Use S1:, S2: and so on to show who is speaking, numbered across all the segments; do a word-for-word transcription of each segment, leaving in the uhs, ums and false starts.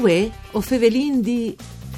S1: Uè, o fevelin di...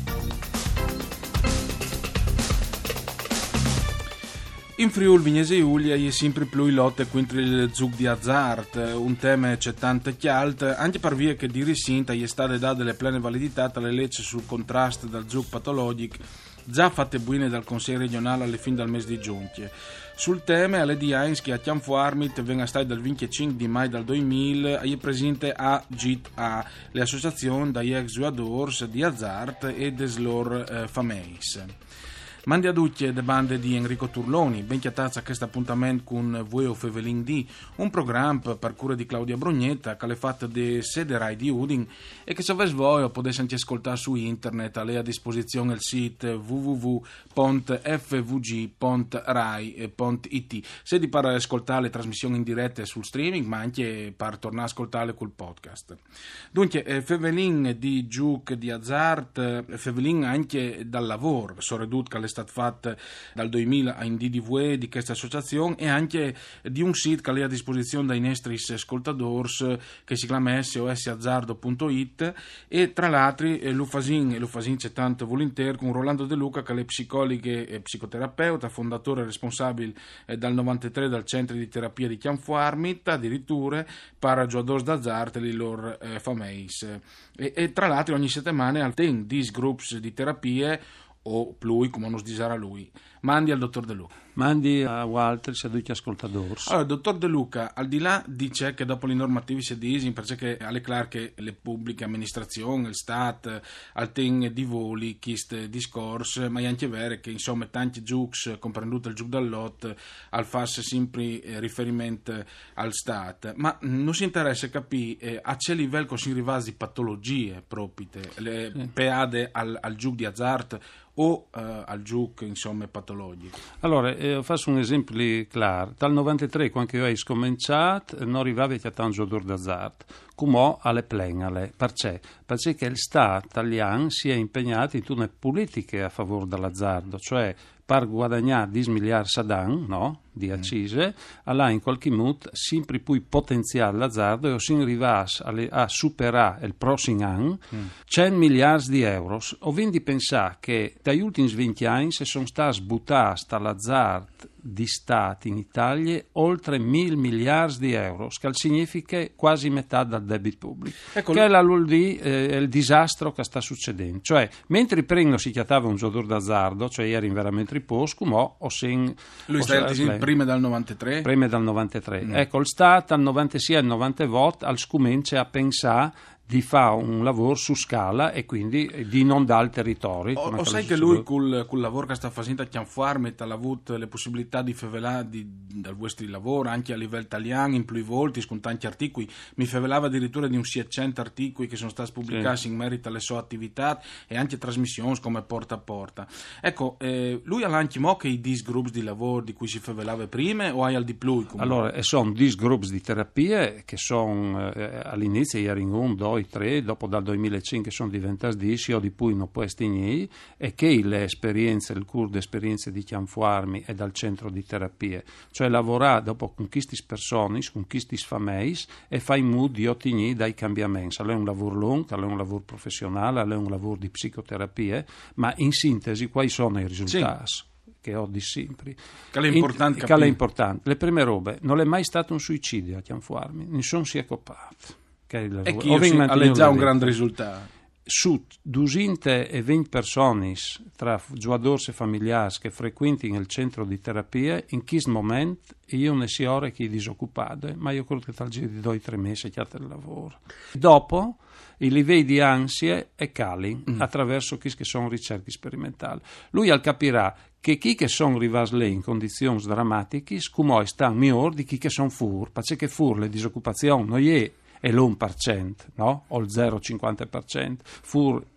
S2: In Friuli Vignese Giulia è sempre più in lotta contro il gioco di azzard, un tema c'è tante chialt, anche per via che di risinta gli è state date le plene validità alle leggi sul contrasto dal gioco patologico, già fatte buone dal Consiglio regionale alle fin dal mese di giugno. Sul tema, alle di Heinz che a Chianfuarmit venga stata dal venticinque di maggio del duemila, è presente a G I T A, le associazioni degli ex giocators di azzard e des loro eh, fameis. Mandi a tutti le bande di Enrico Turloni, ben chiatazza a questo appuntamento con voi o Fevelin D, un programma per cura di Claudia Brognetta che le fatte di sede Rai di Udin e che se avesse voi potete anche ascoltare su internet, a lei a disposizione il sito w w w punto f v g punto rai punto i t, se di per ascoltare le trasmissioni in diretta sul streaming ma anche per tornare a ascoltarle col podcast. Dunque, eh, Fevelin di Giuc di Azzard, eh, Fevelin anche dal lavoro, soprattutto che è stato fatto dal duemila in D D V E di questa associazione e anche di un sito che è a disposizione dai nostri ascoltatori che si chiama s o s azzardo punto i t e tra l'altro l'Ufasin e l'Ufasin c'è tanto volentieri con Rolando De Luca che è psicologa e psicoterapeuta, fondatore e responsabile dal novantatré dal centro di terapia di Chianfuarmit, addirittura per giocatori d'azzardo e i loro eh, fameis e, e tra l'altro ogni settimana al ten dis groups di terapie o lui, come non si disara lui. Mandi al dottor De Luca.
S3: Mandi a altri seduti ascoltatori.
S2: Allora, dottor De Luca, al di là dice che dopo le normative si dice, perché alle clar che le pubbliche amministrazioni, il Stato, al ten di voli, chist discorso, ma è anche vero che insomma tanti giochi, comprenduto il gioco dall'ot, al farsi sempre eh, riferimento al Stato, ma non si interessa capire eh, a che livello si arriva di patologie proprie, le
S3: sì.
S2: peade al, al gioco di azzard o eh, al gioco insomma patologico.
S3: Allora, eh, faccio un esempio chiaro. Dal novantatré, quando io ho cominciato, non arrivava a un giocatore d'azzardo, come alle plenale. Perché? Perché il Stato italiano si è impegnato in tutte le politiche a favore dell'azzardo, cioè per guadagnare dieci miliardi Sadan, no? Di accise, mm. allora in qualche modo sempre più potenziare l'azzardo e si arriva a superare il prossimo anno mm. cento miliardi di euro. Ho vinto di pensare che dagli ultimi venti anni si sono stati buttati all'azzardo di Stato in Italia oltre mille miliardi di euro, che significa quasi metà del debito pubblico. Ecco, che è, la, eh, è il disastro che sta succedendo. Cioè, mentre prima si chiamava un giocatore d'azzardo, cioè era veramente riposto, ma o sen,
S2: lui o sta sen, prima dal novantatré?
S3: Prima dal novantatré. Mm. Ecco, il Stato al novantasei e al novanta volte al scomincia a pensare di fare un lavoro su scala e quindi di non dare il territorio.
S2: O, o sai che lui col, col lavoro che sta facendo a Chianfuarmit ha avuto le possibilità di favelare dal vostro lavoro anche a livello italiano in più volti con tanti articoli, mi favelava addirittura di un seicento articoli che sono stati pubblicati sì. in merito alle sue attività e anche trasmissioni come porta a porta. Ecco, eh, lui ha anche mo che i dis groups di lavoro di cui si favelava prima o hai al di più?
S3: Allora, sono dis groups di terapie che sono eh, all'inizio erano un, due, tre, dopo dal duemilacinque sono diventati dieci o di più non può estinire e che le esperienze, il cur di esperienze di Chianfuarmi è dal centro di terapie, cioè lavorare dopo con queste persone, con questi fameis e fai in modo di ottenere dai cambiamenti. Allora è un lavoro lungo, allora è un lavoro professionale, allora è un lavoro di psicoterapie, ma in sintesi quali sono i risultati? Sì. Che ho di sempre.
S2: Che è importante.
S3: Che è importante. Le prime robe, non è mai stato un suicidio a Chianfuarmi, nessuno si è coppato.
S2: E chi ha già un grande risultato.
S3: Su duecentoventi persone tra giocatori e familiari che frequentano il centro di terapia, in questo momento io ne si ora che è disoccupato, ma io credo che dal giro di due o tre mesi che ha il lavoro. Dopo i livelli di ansia è cali mm. attraverso chi che sono ricerche sperimentali. Lui al capirà che chi che sono rimasti lì in condizioni drammatiche, come stanno migliori di chi che sono fur, perché fur le disoccupazione non è è l'uno per cento, no? O il zero virgola cinquanta per cento. Fur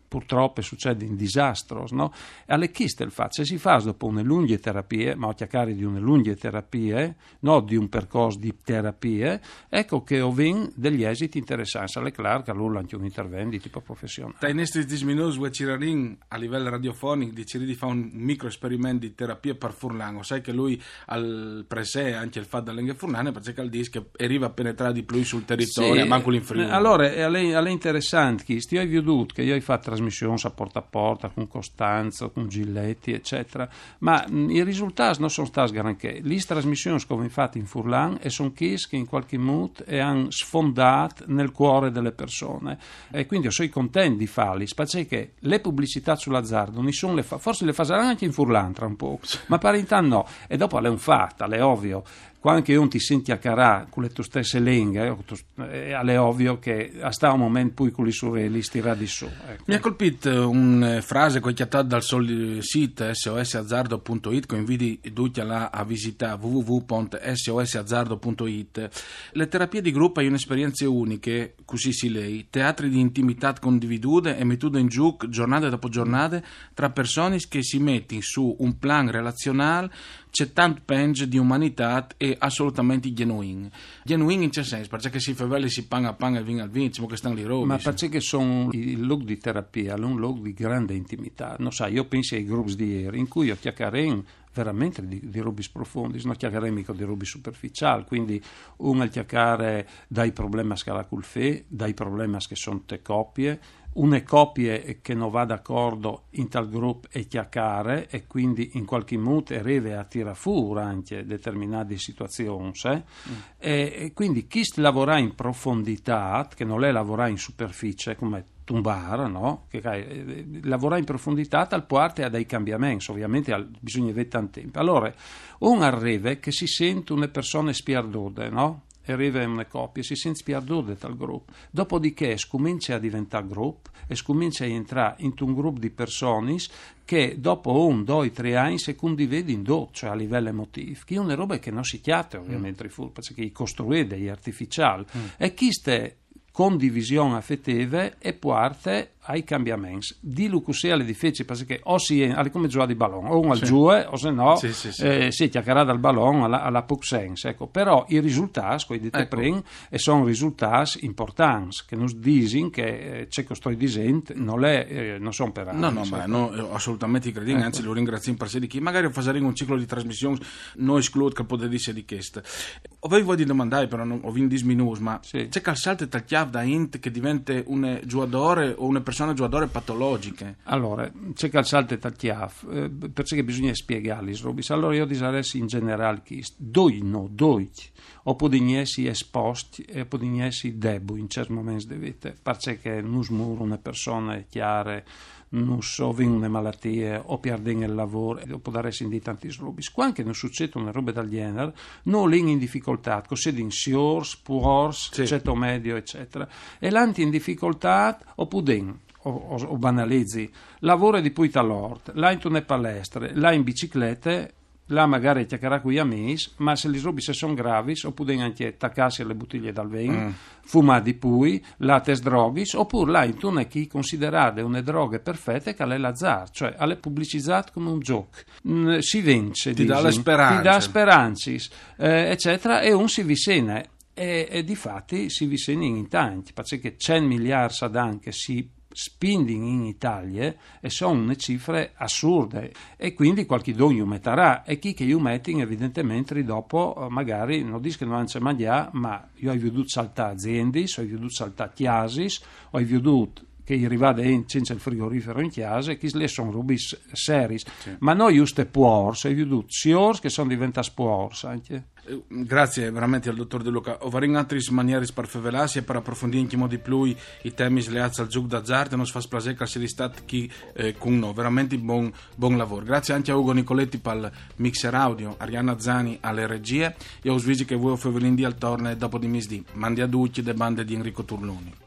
S3: purtroppo succede in disastros, no? E alle chiste fa, se si fa dopo una lunghe terapie, ma ho chiacchiere di una lunghe terapie, no di un percorso di terapie, ecco che ho vinto degli esiti interessanti. Alle clar che allora anche un intervento di tipo professionale.
S2: Dai nostri dieci minuti due cirarin a livello radiofonico decidi di fare un micro esperimento di terapia per Furlan. Sai che lui al presè anche il fatto delle Furlane perché il disco arriva a penetrare di più sul territorio,
S3: sì,
S2: manco l'inferiore.
S3: Allora è, è interessante che io ho veduto che io ho fatto trasmissioni a porta a porta con Costanzo, con Giletti eccetera, ma mh, i risultati non sono stati granché. Le trasmissioni che ho fatto in Furlan e sono chis che in qualche modo hanno sfondato nel cuore delle persone e quindi io sono contento di farli, perché che le pubblicità sull'azzardo non sono le fa, forse le faranno anche in Furlan tra un po', ma per intanto no, e dopo è un fatto, è ovvio. Quando non ti senti a carà con le tue stesse lingue, è ovvio che a sta un momento poi con i sorelli stirà di su. Ecco.
S2: Mi ha colpito una frase che ho chiamato dal sol sito s o s azzardo punto it, che inviti tutti a visitare w w w punto s o s azzardo punto it. Le terapie di gruppo sono un'esperienze uniche, così si lei, teatri di intimità condividute e mettute in giù giornate dopo giornate tra persone che si mettono su un plan relazionale. C'è tanto penge di umanità e assolutamente genuino. Genuino in che senso? Perché si fa bene, si panga a panga e vin al vin, che stanno lì robi.
S3: Ma perché sono i luoghi di terapia, un luogo di grande intimità. Non sai, io penso ai gruppi di ieri in cui io chiacchierei veramente di, di robi profondi, non chiacchierei mica di robi superficiali, quindi uno al chiacchiere dai problemi che ha la culfè, dai problemi che sono te coppie, une coppie che non va d'accordo in tal gruppo e chiacchiere e quindi in qualche modo arriva a tirare fuori anche determinate situazioni eh? mm. e, e quindi chi lavora in profondità, che non è lavorare in superficie come Tumbar, no? Che eh, lavorare in profondità tal parte ha dei cambiamenti, ovviamente ha, bisogna avere tanto tempo. Allora, un arriva che si sente una persona spiardute, no? Arriva in una coppia, si sente spiardute dal gruppo, dopodiché scomincia a diventare gruppo e scomincia a entrare in un gruppo di persone che dopo un, due, tre anni si condividono in due, cioè a livello emotivo, che è una roba che non si chiate ovviamente, mm. perché costruite degli artificiali, mm. e chi ste condivisione affettiva e parte ai cambiamenti. Di Lucusea le difficili perché o si è come giocare di ballone, o al sì. giù o se no sì, sì, sì. Eh, si chiacchierà dal ballone alla, alla puck sense. Ecco. Però i risultati, come dite ecco. prima, e sono risultati importanti che non dicono che eh, c'è questo disegno non, è, eh, non sono per anni.
S2: No, no, ma no, assolutamente credo, ecco. Anzi lo ringrazio per sé di chi magari faremo un ciclo di trasmissioni non escludo che potete dire di questo. Avevo di domandare però non ho vinto dieci minuti, ma sì. c'è che al salto tal chiave da int che diventa un giocatore o una persona giocatore patologiche.
S3: Allora, c'è che al salto e tacchiaf, eh, perché bisogna spiegarli, Robis. Allora io direi in generale che doi no, doi, o possono essere esposti e possono essere deboli in certi momenti di vita, perché non smuro una persona chiara, non so, vengono malattie o perdono il lavoro, e può dare in di tanti robis. Quando non succede una roba del genere, non lì in difficoltà, così in siors, puors, sì. ceto medio, eccetera. E l'anti in difficoltà o pudin. O, o, o banalizzi, lavora di poi talort, là in una palestre, là in biciclette, là magari chiacchierà con gli amici, ma se gli robi se sono gravi, oppure anche attaccarsi alle bottiglie dal vino, mm. fumare di poi, là tes droghi, oppure là in una chi considerate una droga perfetta che è l'azzar, cioè alle pubblicizzate come un gioco, mm, si vince,
S2: ti dà le speranze,
S3: ti dà speranze, eh, eccetera, e un si vicina, e, e di fatti si vicina in tanti, perché cento miliardi ad anno che si spending in Italia e sono una cifre assurde e quindi qualche dogno metterà e chi che io metti evidentemente dopo magari non dico che non c'è mangiare ma io ho veduto saltare aziende, ho veduto saltare chiasi, ho veduto che arrivate senza il frigorifero in chiesa e che le sono rubi seri sì. ma noi giusto puors ho veduto siors che sono diventati puors anche.
S2: Grazie veramente al dottor De Luca. Ho in altre maniere per fevelarsi e per approfondire in che modo di più i temi legati al gioco d'azzardo e non si fa splaser che sia di stato chi eh, con noi. Veramente buon, buon lavoro. Grazie anche a Ugo Nicoletti per il mixer audio, Arianna Zani alle regie e a Usvigi che voi fevelin di al torne dopo di misdì. Mandi a tutti le bande di Enrico Turloni.